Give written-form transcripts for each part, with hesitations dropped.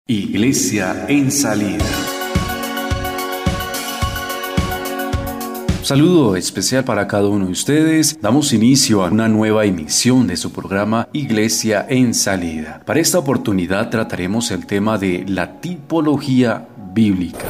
Iglesia en salida. Saludo especial para cada uno de ustedes. Damos inicio a una nueva emisión de su programa Iglesia en salida. Para esta oportunidad trataremos el tema de la tipología bíblica.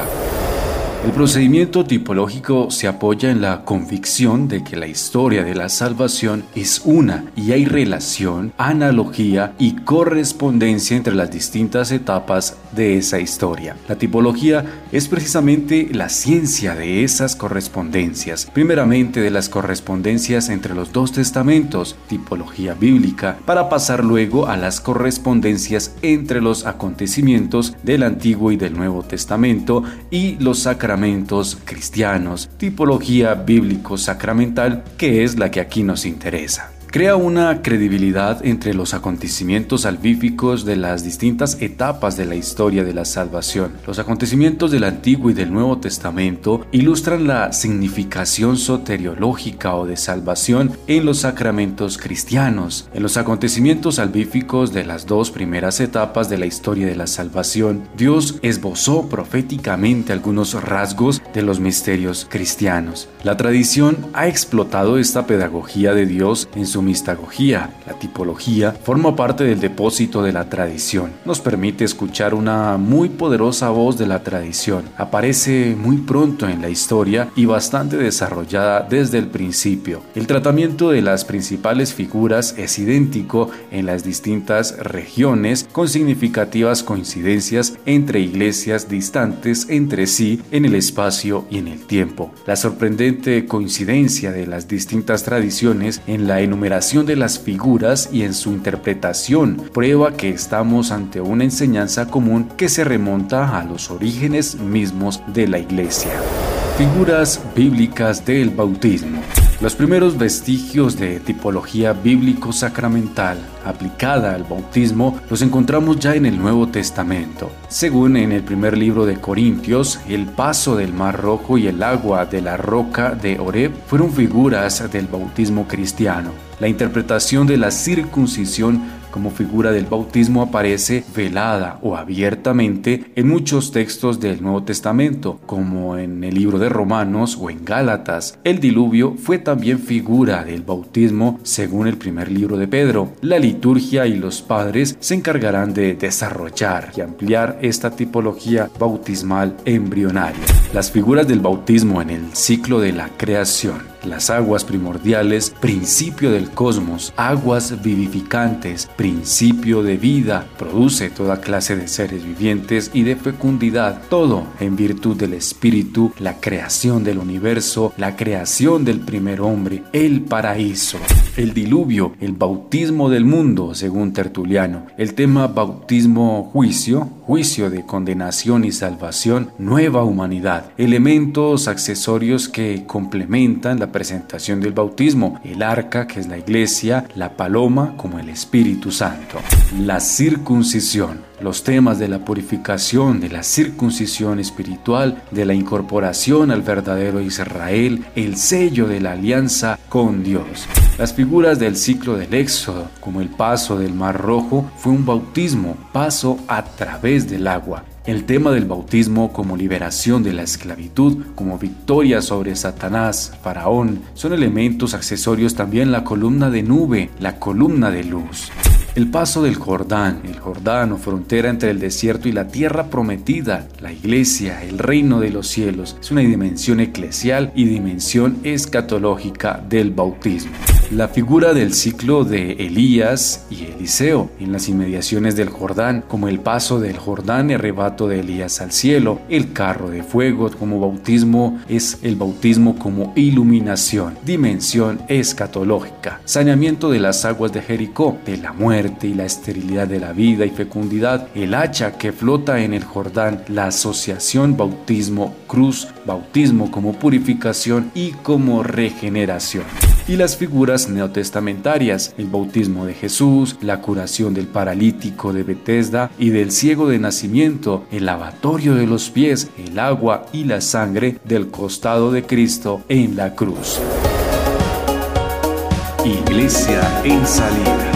El procedimiento tipológico se apoya en la convicción de que la historia de la salvación es una y hay relación, analogía y correspondencia entre las distintas etapas de esa historia. La tipología es precisamente la ciencia de esas correspondencias, primeramente de las correspondencias entre los dos testamentos, tipología bíblica, para pasar luego a las correspondencias entre los acontecimientos del Antiguo y del Nuevo Testamento y los sacramentos cristianos, tipología bíblico-sacramental, que es la que aquí nos interesa. Crea una credibilidad entre los acontecimientos salvíficos de las distintas etapas de la historia de la salvación. Los acontecimientos del Antiguo y del Nuevo Testamento ilustran la significación soteriológica o de salvación en los sacramentos cristianos. En los acontecimientos salvíficos de las dos primeras etapas de la historia de la salvación, Dios esbozó proféticamente algunos rasgos de los misterios cristianos. La tradición ha explotado esta pedagogía de Dios en su mistagogía. La tipología forma parte del depósito de la tradición. Nos permite escuchar una muy poderosa voz de la tradición. Aparece muy pronto en la historia y bastante desarrollada desde el principio. El tratamiento de las principales figuras es idéntico en las distintas regiones, con significativas coincidencias entre iglesias distantes entre sí en el espacio y en el tiempo. La sorprendente coincidencia de las distintas tradiciones en la enumeración de las figuras y en su interpretación prueba que estamos ante una enseñanza común que se remonta a los orígenes mismos de la Iglesia. Figuras bíblicas del bautismo. Los primeros vestigios de tipología bíblico-sacramental aplicada al bautismo los encontramos ya en el Nuevo Testamento. Según en el primer libro de Corintios, el paso del Mar Rojo y el agua de la roca de Oreb fueron figuras del bautismo cristiano. La interpretación de la circuncisión como figura del bautismo aparece velada o abiertamente en muchos textos del Nuevo Testamento, como en el libro de Romanos o en Gálatas. El diluvio fue también figura del bautismo según el primer libro de Pedro. La liturgia y los padres se encargarán de desarrollar y ampliar esta tipología bautismal embrionaria. Las figuras del bautismo en el ciclo de la creación. Las aguas primordiales, principio del cosmos, aguas vivificantes, principio de vida, produce toda clase de seres vivientes y de fecundidad, todo en virtud del Espíritu, la creación del universo, la creación del primer hombre, el paraíso, el diluvio, el bautismo del mundo, según Tertuliano, el tema bautismo juicio, juicio de condenación y salvación, nueva humanidad, elementos accesorios que complementan la presentación del bautismo, el arca, que es la iglesia, la paloma como el Espíritu Santo. La circuncisión, los temas de la purificación, de la circuncisión espiritual, de la incorporación al verdadero Israel, el sello de la alianza con Dios. Las figuras del ciclo del Éxodo, como el paso del Mar Rojo, fue un bautismo, paso a través del agua. El tema del bautismo como liberación de la esclavitud, como victoria sobre Satanás, Faraón, son elementos accesorios también la columna de nube, la columna de luz. El paso del Jordán, el Jordán o frontera entre el desierto y la tierra prometida, la iglesia, el reino de los cielos, es una dimensión eclesial y dimensión escatológica del bautismo. La figura del ciclo de Elías y Eliseo en las inmediaciones del Jordán, como el paso del Jordán y arrebato de Elías al cielo, el carro de fuego como bautismo es el bautismo como iluminación, dimensión escatológica, saneamiento de las aguas de Jericó, de la muerte y la esterilidad de la vida y fecundidad, el hacha que flota en el Jordán, la asociación bautismo, cruz, bautismo como purificación y como regeneración. Y las figuras neotestamentarias, el bautismo de Jesús, la curación del paralítico de Betesda y del ciego de nacimiento, el lavatorio de los pies, el agua y la sangre del costado de Cristo en la cruz. Iglesia en salida.